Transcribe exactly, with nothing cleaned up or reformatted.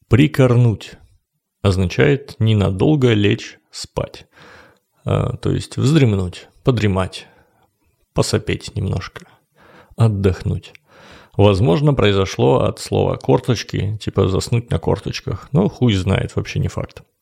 Прикорнуть означает ненадолго лечь спать, а, то есть вздремнуть, подремать, посопеть немножко, отдохнуть. Возможно, произошло от слова «корточки», типа заснуть на корточках, но хуй знает, вообще не факт.